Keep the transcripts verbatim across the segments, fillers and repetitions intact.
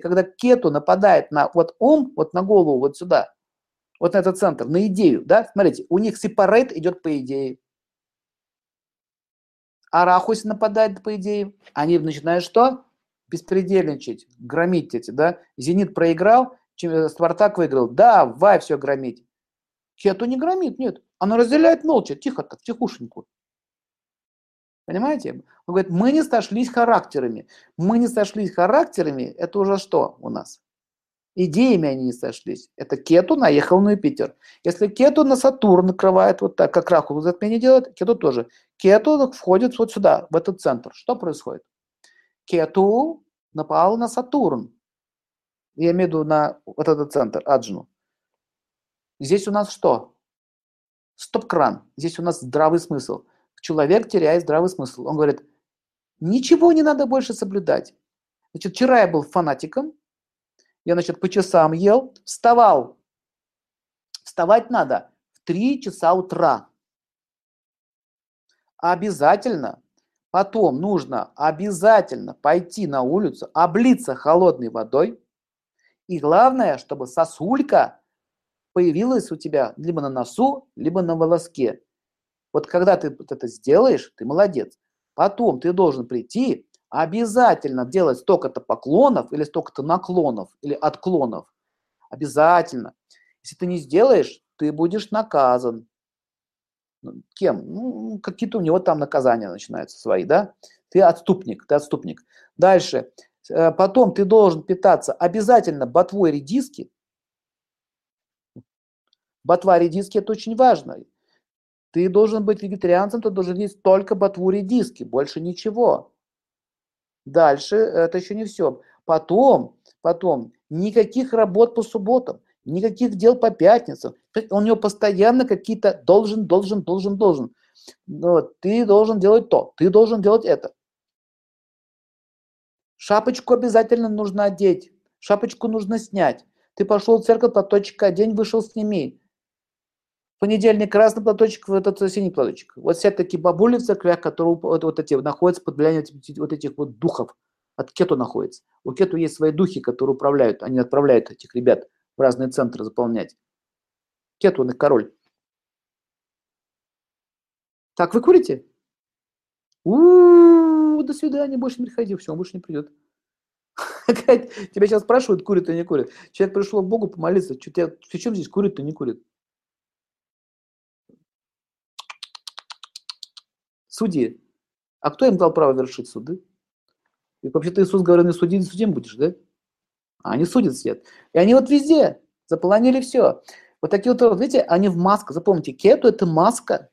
когда кету нападает на вот ум, вот на голову, вот сюда, вот на этот центр, на идею, да, смотрите, у них сепарейт идет по идее. А рахус нападает по идее. Они начинают что? Беспредельничать, громить эти, да. Зенит проиграл, Спартак выиграл. Да, вай все громить. Кету не громит, нет. Оно разделяет молча, тихо так, тихушеньку. Понимаете? Он говорит, мы не сошлись характерами. Мы не сошлись характерами, это уже что у нас? Идеями они не сошлись. Это кету наехал на Юпитер. Если кету на Сатурн накрывает вот так, как раху затмение делает, кету тоже. Кету входит вот сюда, в этот центр. Что происходит? Кету напал на Сатурн. Я имею в виду на вот этот центр, Аджну. Здесь у нас что? Стоп-кран. Здесь у нас здравый смысл. Человек теряет здравый смысл. Он говорит, ничего не надо больше соблюдать. Значит, вчера я был фанатиком, я, значит, по часам ел, вставал. Вставать надо в три часа утра. Обязательно. Потом нужно обязательно пойти на улицу, облиться холодной водой. И главное, чтобы сосулька появилась у тебя либо на носу, либо на волоске. Вот когда ты вот это сделаешь, ты молодец. Потом ты должен прийти, обязательно делать столько-то поклонов или столько-то наклонов или отклонов. Обязательно. Если ты не сделаешь, ты будешь наказан. Кем? Ну, какие-то у него там наказания начинаются свои, да? Ты отступник, ты отступник. Дальше. Потом ты должен питаться обязательно ботвой редиски. Ботва редиски – это очень важно. Ты должен быть вегетарианцем, ты должен есть только ботву редиски, больше ничего. Дальше это еще не все. Потом, потом никаких работ по субботам, никаких дел по пятницам. У него постоянно какие-то должен, должен, должен, должен. Но ты должен делать то, ты должен делать это. Шапочку обязательно нужно одеть, шапочку нужно снять. Ты пошел в церковь, платочек одень, вышел, сними. В понедельник красный платочек, в этот синий платочек. Вот все такие бабули в церквях, которые вот, вот эти находятся под влиянием вот этих вот духов. От кету находится. У кету есть свои духи, которые управляют. Они отправляют этих ребят в разные центры заполнять. Кету, он их король. Так, вы курите? У-у-у, до свидания, больше не приходи, все, он больше не придет. Тебя сейчас спрашивают, курит или не курит. Человек пришел к Богу помолиться, при чем здесь курит-то, не курит? Судьи. А кто им дал право вершить суды? И вообще-то Иисус говорил, не суди, не судим будешь, да? А они судят сидят. И они вот везде заполонили все. Вот такие вот, видите, они в масках. Запомните, кету – это маска.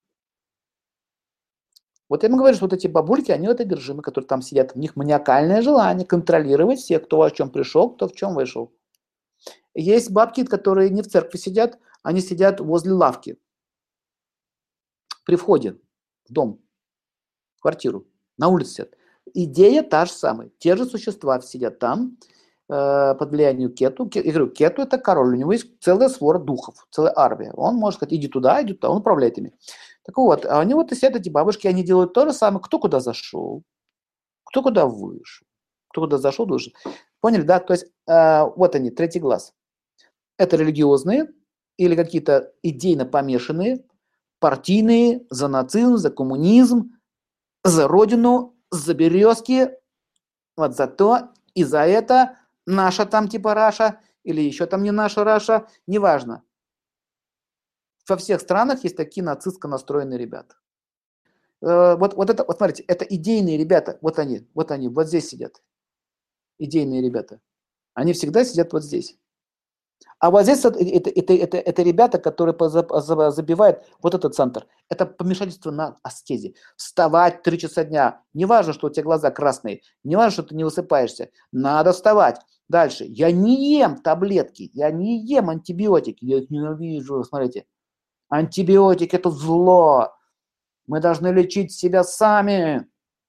Вот я ему говорю, что вот эти бабульки, они вот одержимы, которые там сидят. У них маниакальное желание контролировать всех, кто о чем пришел, кто в чем вышел. Есть бабки, которые не в церкви сидят, они сидят возле лавки. При входе в дом, в квартиру, на улице сидят. Идея та же самая. Те же существа сидят там, э, под влиянием кету. Я говорю, кету – это король. У него есть целая свора духов, целая армия. Он может сказать, иди туда, иди туда, он управляет ими. Так вот, а они вот и сидят, эти бабушки, они делают то же самое. Кто куда зашел, кто куда вышел, кто куда зашел, вышел. Поняли, да? То есть, э, вот они, третий глаз. Это религиозные или какие-то идейно помешанные, партийные, за нацизм, за коммунизм, за родину, за березки, вот за то и за это наша там типа Раша или еще там не наша Раша, неважно. Во всех странах есть такие нацистско настроенные ребята. Вот, вот это, вот смотрите, это идейные ребята, вот они, вот они, вот здесь сидят. Идейные ребята. Они всегда сидят вот здесь. А вот здесь это, это, это, это, это ребята, которые забивают вот этот центр. Это помешательство на аскезе. Вставать три часа дня. Не важно, что у тебя глаза красные. Не важно, что ты не высыпаешься. Надо вставать. Дальше. Я не ем таблетки. Я не ем антибиотики. Я их ненавижу. Смотрите. Антибиотики – это зло. Мы должны лечить себя сами.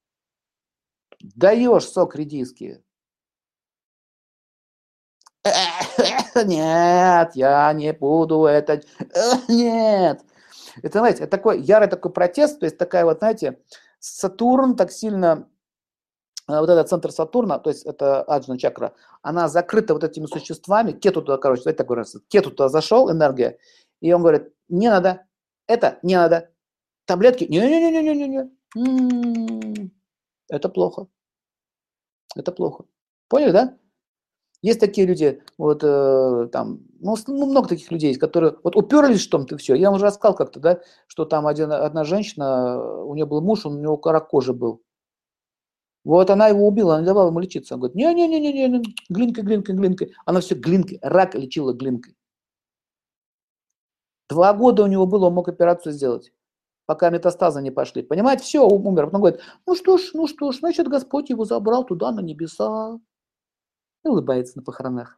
Даешь сок редиски. Нет, я не буду это... Нет. Это, знаете, это такой ярый такой протест, то есть такая вот, знаете, Сатурн так сильно вот этот центр Сатурна, то есть это аджна чакра, она закрыта вот этими существами. Кету туда, короче, давайте так говорится, Кету туда зашел, энергия, и он говорит, не надо, это не надо, таблетки, не-не-не-не-не-не, это плохо, это плохо. Поняли, да? Есть такие люди, вот э, там, ну, ну, много таких людей есть, которые вот уперлись в том-то все. Я вам уже рассказал как-то, да, что там один, одна женщина, у нее был муж, у него рак кожи был. Вот она его убила, она не давала ему лечиться. Он говорит, не-не-не-не, глинкой, глинкой, глинкой. Она все глинкой, рак лечила глинкой. Два года у него было, он мог операцию сделать, пока метастазы не пошли. Понимаете, все, умер. Потом говорит, ну что ж, ну что ж, значит, Господь его забрал туда, на небеса. И улыбается на похоронах.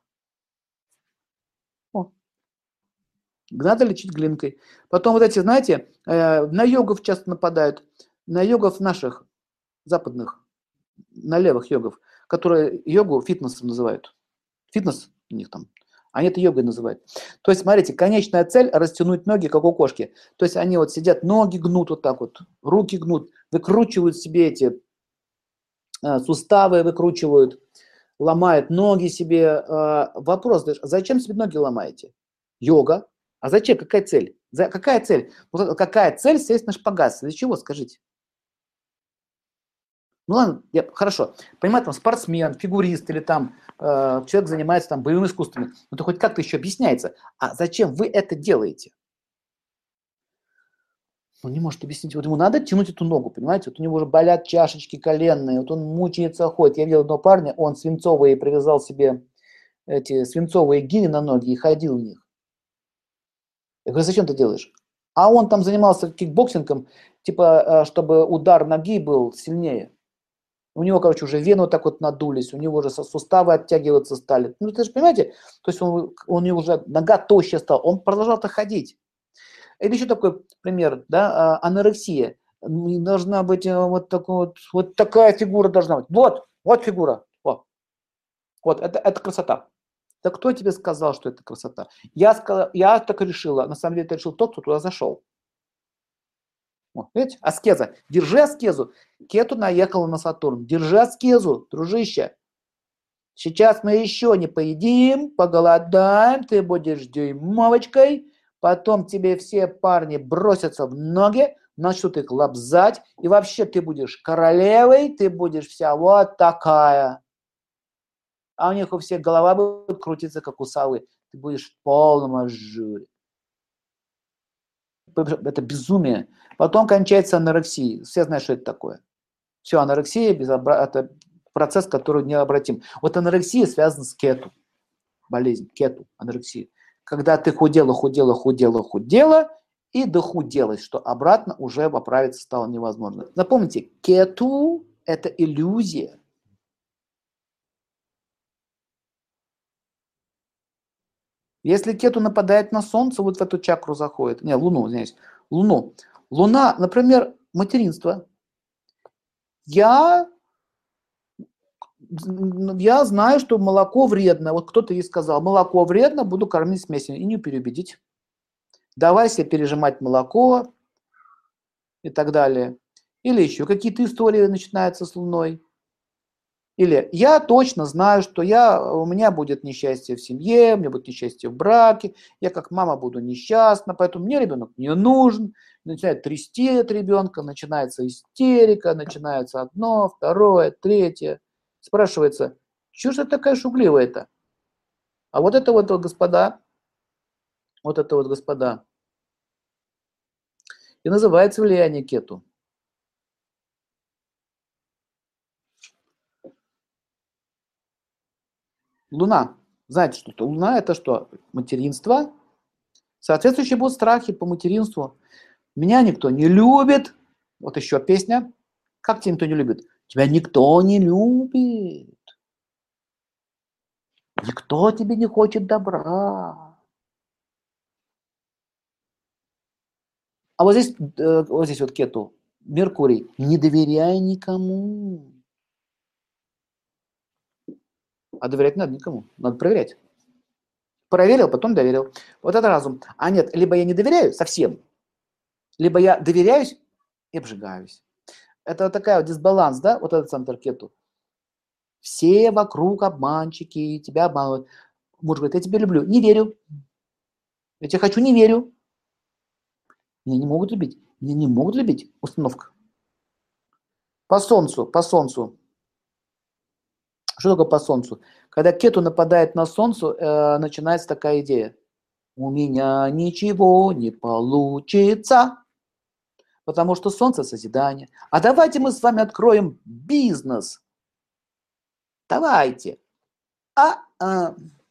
О. Надо лечить глинкой. Потом вот эти, знаете, э, на йогов часто нападают, на йогов наших, западных, на левых йогов, которые йогу фитнесом называют. Фитнес у них там. Они это йогой называют. То есть, смотрите, конечная цель – растянуть ноги, как у кошки. То есть они вот сидят, ноги гнут вот так вот, руки гнут, выкручивают себе эти э, суставы, выкручивают, ломают ноги себе. Э, вопрос, зачем себе ноги ломаете? Йога. А зачем? Какая цель? За, какая цель? Вот какая цель сесть на шпагат? Для чего, скажите? Ну ладно, я, хорошо. Понимаете, там спортсмен, фигурист или там э, человек занимается там боевыми искусствами. Ну то хоть как-то еще объясняется. А зачем вы это делаете? Он не может объяснить. Вот ему надо тянуть эту ногу, понимаете? Вот у него уже болят чашечки коленные, вот он мучается, ходит. Я видел одного парня, он свинцовые привязал себе эти свинцовые гири на ноги и ходил в них. Я говорю, зачем ты делаешь? А он там занимался кикбоксингом, типа, чтобы удар ноги был сильнее. У него, короче, уже вены вот так вот надулись, у него уже суставы оттягиваться стали. Ну, ты же понимаете, то есть он, у него уже нога толще стала, он продолжал-то ходить. Или еще такой пример, да, анорексия. Должна быть вот, такой вот, вот такая фигура должна быть. Вот, вот фигура. Вот, вот это, это красота. Да кто тебе сказал, что это красота? Я, сказала, я так решила, на самом деле это решил тот, кто туда зашел. Вот, видите, аскеза. Держи аскезу. Кету наехала на Сатурн. Держи аскезу, дружище. Сейчас мы еще не поедим, поголодаем, ты будешь дюймовочкой, потом тебе все парни бросятся в ноги, начнут их лобзать, и вообще ты будешь королевой, ты будешь вся вот такая. А у них у всех голова будет крутиться, как у совы. Ты будешь в полном ажуре. Это безумие. Потом кончается анорексия. Все знают, что это такое. Все, анорексия безобра... это процесс, который необратим. Вот анорексия связана с кету. Болезнь, кету, анорексия. Когда ты худела, худела, худела, худела и дохуделась, что обратно уже поправиться стало невозможно. Напомните, кету – это иллюзия. Если кету нападает на Солнце, вот в эту чакру заходит. Не, Луну, извиняюсь. Луну. Луна, например, материнство. Я, я знаю, что молоко вредно. Вот кто-то ей сказал, молоко вредно, буду кормить смесью. И не переубедить. Давай себе пережимать молоко и так далее. Или еще какие-то истории начинаются с Луной. Или я точно знаю, что я, у меня будет несчастье в семье, у меня будет несчастье в браке, я как мама буду несчастна, поэтому мне ребенок не нужен. Начинает трясти от ребенка, начинается истерика, начинается одно, второе, третье. Спрашивается, что же такая шугливая-то? А вот это вот, господа, вот это вот, господа, и называется влияние кету. Луна. Знаете, что Луна – это что? Материнство. Соответствующие будут страхи по материнству. Меня никто не любит. Вот еще песня. Как тебя никто не любит? Тебя никто не любит. Никто тебе не хочет добра. А вот здесь, вот здесь вот кету. Меркурий. Не доверяй никому. А доверять надо никому. Надо проверять. Проверил, потом доверил. Вот это разум. А нет, либо я не доверяю совсем, либо я доверяюсь и обжигаюсь. Это такая вот дисбаланс, да, вот этот центр кету. Все вокруг обманщики, тебя обманывают. Муж говорит, я тебя люблю. Не верю. Я тебя хочу, не верю. Меня не могут любить. Меня не могут любить. Установка. По солнцу, по солнцу. Что такое по солнцу? Когда кету нападает на солнце, э, начинается такая идея. У меня ничего не получится, потому что солнце созидание. А давайте мы с вами откроем бизнес. Давайте. А, а.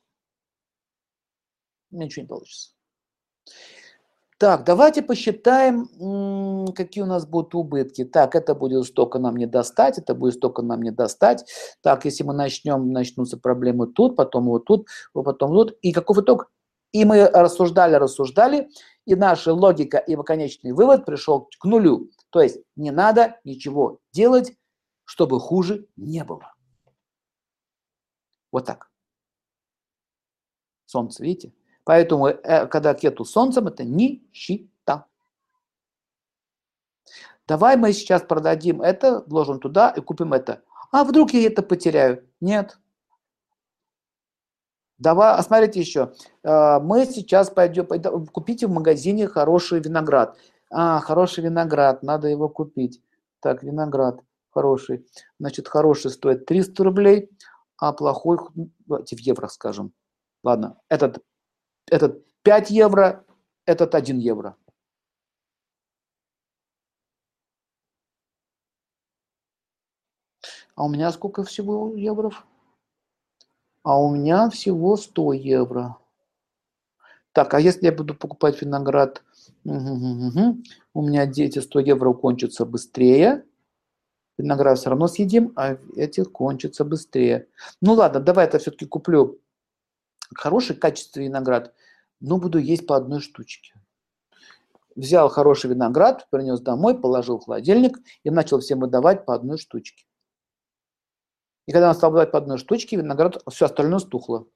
Ничего не получится. Так, давайте посчитаем, какие у нас будут убытки. Так, это будет столько нам не достать, это будет столько нам не достать. Так, если мы начнем, начнутся проблемы тут, потом вот тут, потом тут. И каков итог? И мы рассуждали, рассуждали, и наша логика и конечный вывод пришел к нулю. То есть не надо ничего делать, чтобы хуже не было. Вот так. Солнце, видите? Поэтому, когда кету солнцем, это нищета. Давай мы сейчас продадим это, вложим туда и купим это. А вдруг я это потеряю? Нет. Давай, а смотрите еще. Мы сейчас пойдем, пойдем, купите в магазине хороший виноград. А, хороший виноград, надо его купить. Так, виноград хороший. Значит, хороший стоит триста рублей, а плохой, давайте в евро скажем. Ладно, этот, этот пять евро, этот один евро. А у меня сколько всего евро? А у меня всего сто евро. Так, а если я буду покупать виноград, угу, угу, угу. У меня эти сто евро кончатся быстрее. Виноград все равно съедим, а эти кончатся быстрее. Ну ладно, давай это все-таки куплю хороший качественный виноград, но буду есть по одной штучке. Взял хороший виноград, принес домой, положил в холодильник и начал всем выдавать по одной штучке. И когда он стал давать по одной штучке, виноград, все остальное стухло.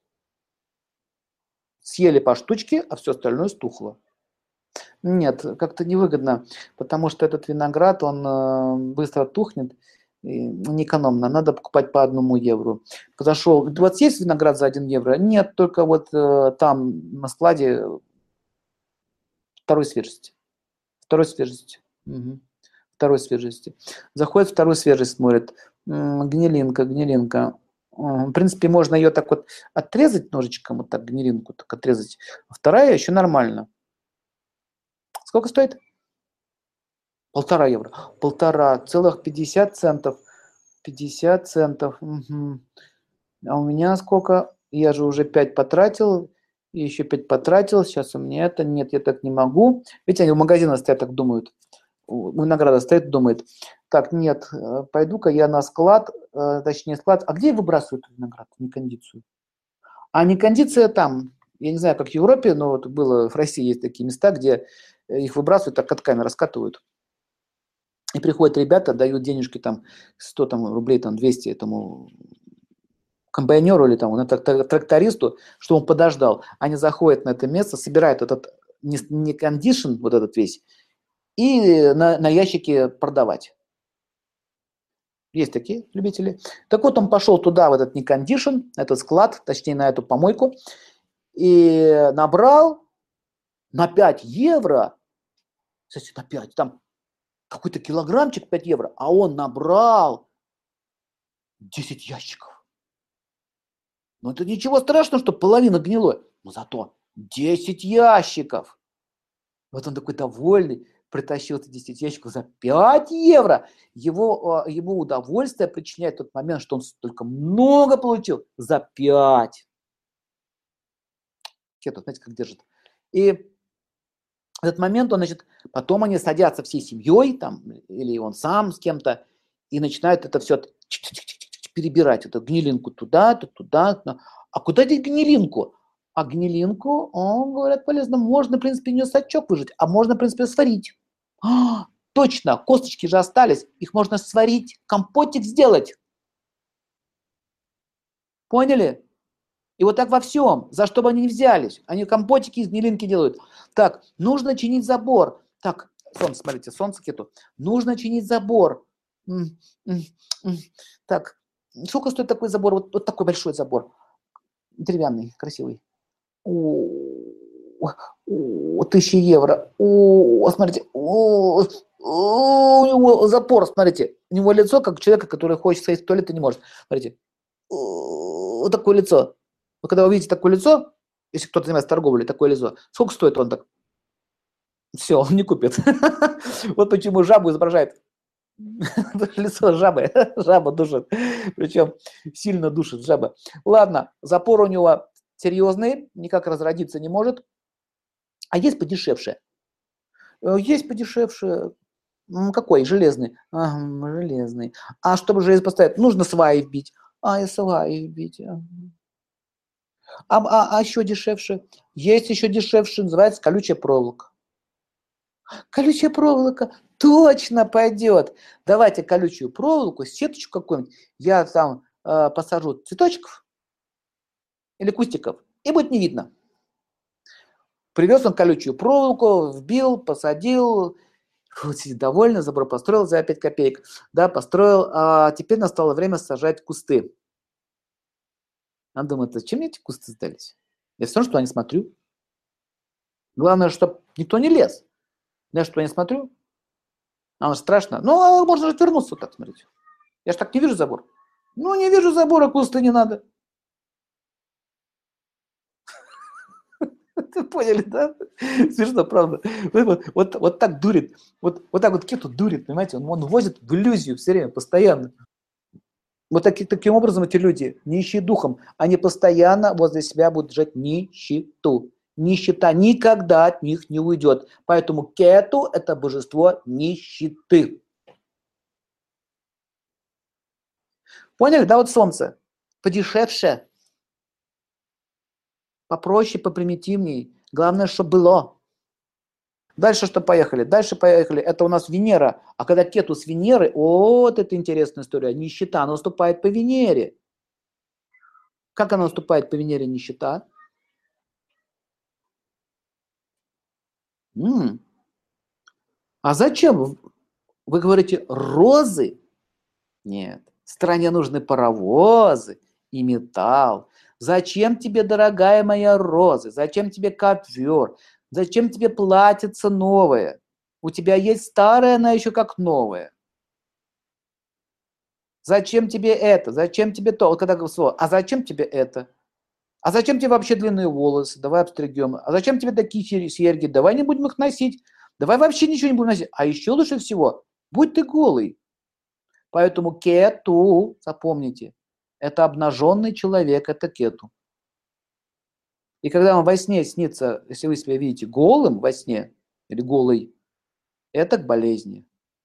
Съели по штучке, а все остальное стухло. Нет, как-то невыгодно, потому что этот виноград, он быстро тухнет, неэкономно. Надо покупать по одному евро. Подошел, у вас есть виноград за один евро? Нет, только вот там на складе второй свежести. Второй свежести. Угу. Второй свежести. Заходит второй свежесть, смотрит. Гнилинка, гнилинка. В принципе, можно ее так вот отрезать ножичком, вот так гнилинку так отрезать. А вторая еще нормально. Сколько стоит? Полтора евро. Полтора. Целых пятьдесят центов. пятьдесят центов. Угу. А у меня сколько? Я же уже пять потратил. И еще пять потратил. Сейчас у меня это. Нет, я так не могу. Видите, они в магазинах стоят, так думают. Винограда стоит, думает. Так, нет, пойду-ка я на склад, точнее склад. А где выбрасывают виноград? Некондицию. А некондиция там, я не знаю, как в Европе, но вот было, в России есть такие места, где их выбрасывают, так катками раскатывают. И приходят ребята, дают денежки там сто там, рублей, там двести этому комбайнеру или там, трактористу, что он подождал. Они заходят на это место, собирают этот некондишн, вот этот весь, и на, на ящике продавать. Есть такие любители. Так вот, он пошел туда, в этот некондишн, этот склад, точнее, на эту помойку, и набрал на пять евро, кстати, на пять, там какой-то килограммчик пять евро, а он набрал десять ящиков. Ну, это ничего страшного, что половина гнилой, но зато десять ящиков. Вот он такой довольный, притащил эти десять ящиков за пять евро. Его, его удовольствие причиняет тот момент, что он столько много получил за пять. Кету, знаете, как держит. И в этот момент он, значит, потом они садятся всей семьей, там, или он сам с кем-то, и начинают это все перебирать, эту гнилинку туда, то туда. туда. А куда деть гнилинку? А гнилинку, он, говорят, полезно. Можно, в принципе, не сачок выжать, а можно, в принципе, сварить. А, точно, косточки же остались. Их можно сварить, компотик сделать. Поняли? И вот так во всем, за что бы они ни взялись. Они компотики из гнилинки делают. Так, нужно чинить забор. Так, солнце, смотрите, солнце кету. Нужно чинить забор. Так, Сколько стоит такой забор? Вот, вот такой большой забор. Деревянный, красивый. О, о, тысяча евро. О, смотрите. О, о, у него запор, смотрите. У него лицо, как человека, который хочет сходить в туалет и не может. Смотрите. О, вот такое лицо. Вы когда увидите такое лицо, если кто-то занимается торговлей, такое лицо, сколько стоит он так? Все, он не купит. Вот почему жабу изображает. Лицо жабы. Жаба душит. Причем сильно душит жаба. Ладно, запор у него серьезный, никак разродиться не может. А есть подешевше? Есть подешевше. Какой? Железный. А, железный. А чтобы железо поставить, нужно сваи вбить. А, и сваи вбить. А, а, а еще дешевше? Есть еще дешевше, называется колючая проволока. Колючая проволока точно пойдет. Давайте колючую проволоку, сеточку какую-нибудь. Я там э, посажу цветочков или кустиков, и будет не видно. Привез он колючую проволоку, вбил, посадил, вот, довольно, забор построил за пять копеек. Да, построил, а теперь настало время сажать кусты. Он думает, зачем мне эти кусты сдались? Я все равно, что я не смотрю. Главное, чтобы никто не лез. Я что, не смотрю? А оно страшно. Ну, а можно же отвернуться вот так смотреть. Я же так не вижу забор. Ну, не вижу забора, кусты не надо. Ты поняли, да? Смешно, правда. Вот, вот, вот так дурит. Вот, вот так вот кету дурит, понимаете? Он, он возит в иллюзию все время, постоянно. Вот таки, таким образом эти люди, нищие духом, они постоянно возле себя будут держать нищету. Нищета никогда от них не уйдет. Поэтому кету – это божество нищеты. Поняли, да, вот солнце? Подешевше, попроще, попримитивней. Главное, чтобы было. Дальше что поехали? Дальше поехали. Это у нас Венера. А когда кету с Венеры, вот это интересная история. Нищета, она наступает по Венере. Как она наступает по Венере, нищета? М-м. А зачем? Вы говорите, розы? Нет. Стране нужны паровозы и металл. Зачем тебе, дорогая моя роза? Зачем тебе ковер? Зачем тебе платьице новое? У тебя есть старое, она еще как новая. Зачем тебе это? Зачем тебе то? Вот когда говорю, а зачем тебе это? А зачем тебе вообще длинные волосы? Давай обстригем. А зачем тебе такие серьги? Давай не будем их носить. Давай вообще ничего не будем носить. А еще лучше всего, будь ты голый. Поэтому кету, запомните, это обнаженный человек, это кету. И когда вам во сне снится, если вы себя видите голым во сне или голый, это к болезни.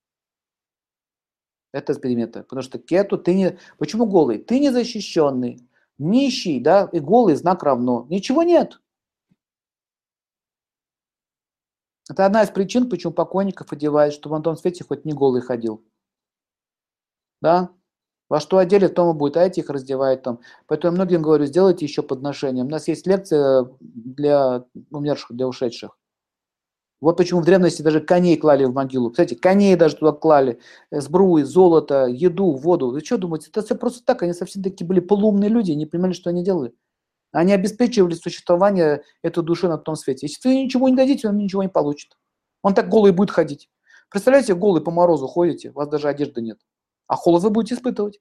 Это примета. Потому что кету ты не... Почему голый? Ты не защищенный, нищий, да, и голый знак равно. Ничего нет. Это одна из причин, почему покойников одевают, чтобы на том свете хоть не голый ходил. Да? Во что одели, то и будет, а эти их раздевают там. Поэтому я многим говорю, сделайте еще подношение. У нас есть лекция для умерших, для ушедших. Вот почему в древности даже коней клали в могилу. Кстати, коней даже туда клали, сбруи, золото, еду, воду. Вы что думаете, это все просто так, они совсем такие были полуумные люди, не понимали, что они делали. Они обеспечивали существование этой души на том свете. Если вы ничего не дадите, он ничего не получит. Он так голый будет ходить. Представляете, голый по морозу ходите, у вас даже одежды нет. А холод вы будете испытывать.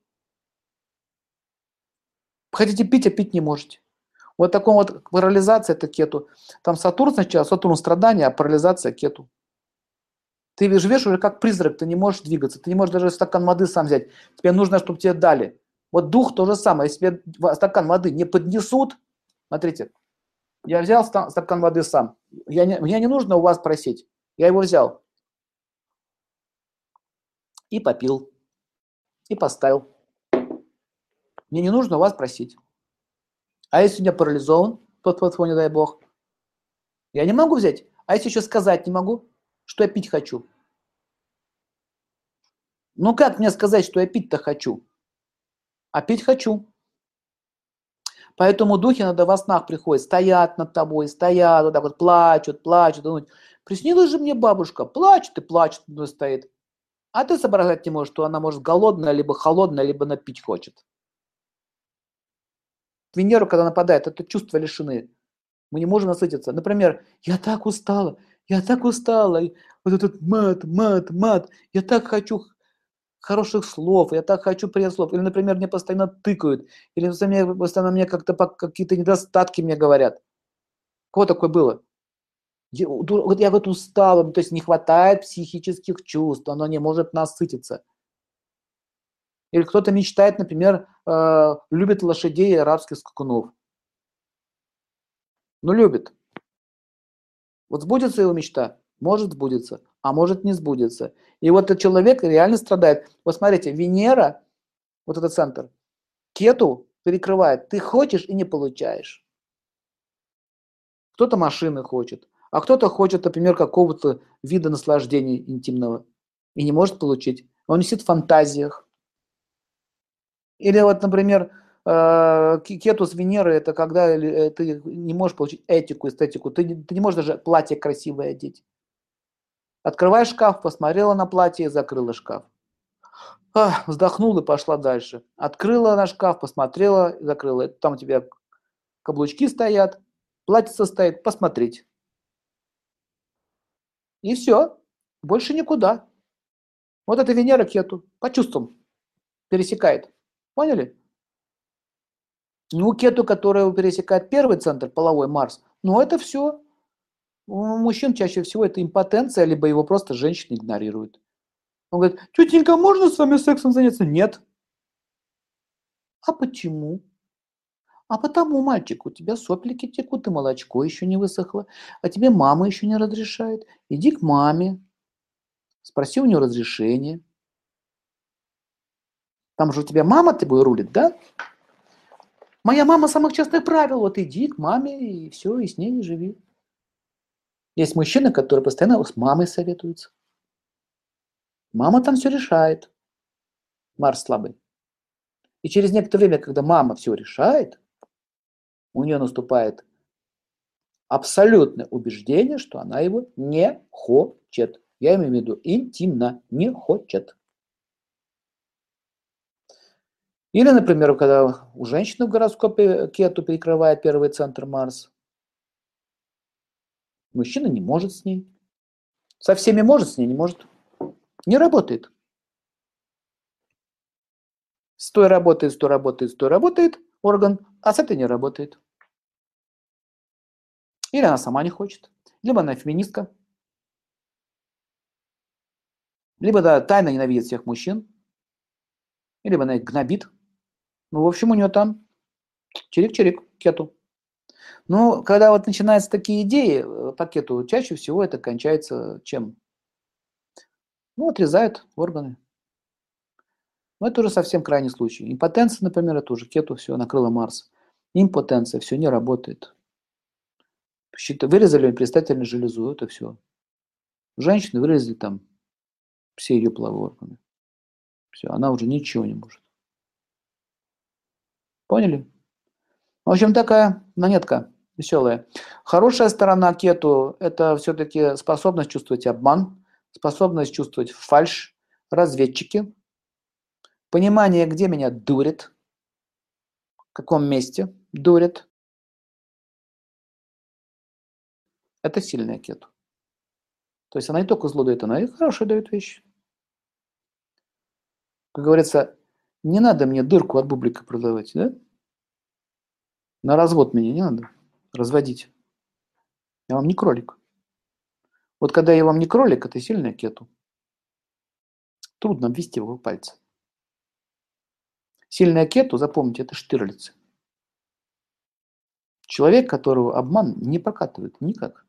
Хотите пить, а пить не можете. Вот такой вот парализация это кету. Там Сатурн сначала, Сатурн страдания, а парализация кету. Ты живешь уже как призрак, ты не можешь двигаться, ты не можешь даже стакан воды сам взять. Тебе нужно, чтобы тебе дали. Вот дух то же самое. Если тебе стакан воды не поднесут, смотрите, я взял стакан воды сам. Я не, мне не нужно у вас просить. Я его взял. И попил. И поставил. Мне не нужно у вас просить. А если я парализован, тот-тот, не дай бог, я не могу взять. А если еще сказать не могу, что я пить хочу? Ну как мне сказать, что я пить-то хочу? А пить хочу. Поэтому духи иногда во снах приходят, стоят над тобой, стоят, вот так вот плачут, плачут. Думают, приснилась же мне бабушка, плачет и плачет, стоит. А ты соображать не можешь, что она может голодная, либо холодная, либо напить хочет. Венера, когда нападает, это чувства лишены. Мы не можем насытиться. Например, я так устала, я так устала. И вот этот мат, мат, мат. Я так хочу хороших слов, я так хочу приятных слов. Или, например, мне постоянно тыкают. Или постоянно мне как-то какие-то недостатки мне говорят. У кого такое было? Я, вот я вот устала, то есть не хватает психических чувств, оно не может насытиться. Или кто-то мечтает, например, э, любит лошадей и арабских скакунов. Ну, любит. Вот сбудется его мечта? Может сбудется, а может не сбудется. И вот этот человек реально страдает. Вот смотрите, Венера, вот этот центр, Кету перекрывает. Ты хочешь и не получаешь. Кто-то машины хочет, а кто-то хочет, например, какого-то вида наслаждения интимного и не может получить. Он висит в фантазиях. Или вот, например, кету с Венеры, это когда ты не можешь получить этику, эстетику, ты не, ты не можешь даже платье красивое одеть. Открываешь шкаф, посмотрела на платье и закрыла шкаф. Ах, вздохнула и пошла дальше. Открыла на шкаф, посмотрела и закрыла. Там у тебя каблучки стоят, платьице стоит, посмотреть. И все, больше никуда. Вот это Венера кету, по чувствам пересекает. Поняли? Ну, кету, которая пересекает первый центр, половой Марс, ну это все. У мужчин чаще всего это импотенция, либо его просто женщины игнорируют. Он говорит, тетенька, можно с вами сексом заняться? Нет. А почему? А потому, мальчик, у тебя соплики текут, и молочко еще не высохло, а тебе мама еще не разрешает. Иди к маме, спроси у нее разрешение. Там же у тебя мама тобой рулит, да? Моя мама самых частых правил. Вот иди к маме, и все, и с ней живи. Есть мужчины, которые постоянно с мамой советуются. Мама там все решает. Марс слабый. И через некоторое время, когда мама все решает, у нее наступает абсолютное убеждение, что она его не хочет. Я имею в виду интимно, не хочет. Или, например, когда у женщины в гороскопе кету перекрывает первый центр Марс, мужчина не может с ней. Со всеми может, с ней не может. Не работает. С той работает, с той работает, с той работает орган, а с этой не работает. Или она сама не хочет. Либо она феминистка. Либо, да, тайно ненавидит всех мужчин. Либо она их гнобит. Ну, в общем, у нее там чирик-чирик, кету. Но когда вот начинаются такие идеи по кету, чаще всего это кончается чем? Ну, отрезают органы. Но это уже совсем крайний случай. Импотенция, например, это уже кету, все, накрыла Марс. Импотенция, все, не работает. Вырезали предстательную железу, это все. Женщины вырезали там все ее половые органы. Все, она уже ничего не может. Поняли? В общем, такая монетка веселая. Хорошая сторона кету – это все-таки способность чувствовать обман, способность чувствовать фальшь, разведчики, понимание, где меня дурит, в каком месте дурит. Это сильная кету. То есть она не только зло дает, она и хорошие дает вещи. Как говорится, не надо мне дырку от бублика продавать, да? На развод меня не надо разводить. Я вам не кролик. Вот когда я вам не кролик, это сильная кету. Трудно обвести его пальцы. Сильная кету, запомните, это Штирлиц. Человек, которого обман не прокатывает никак.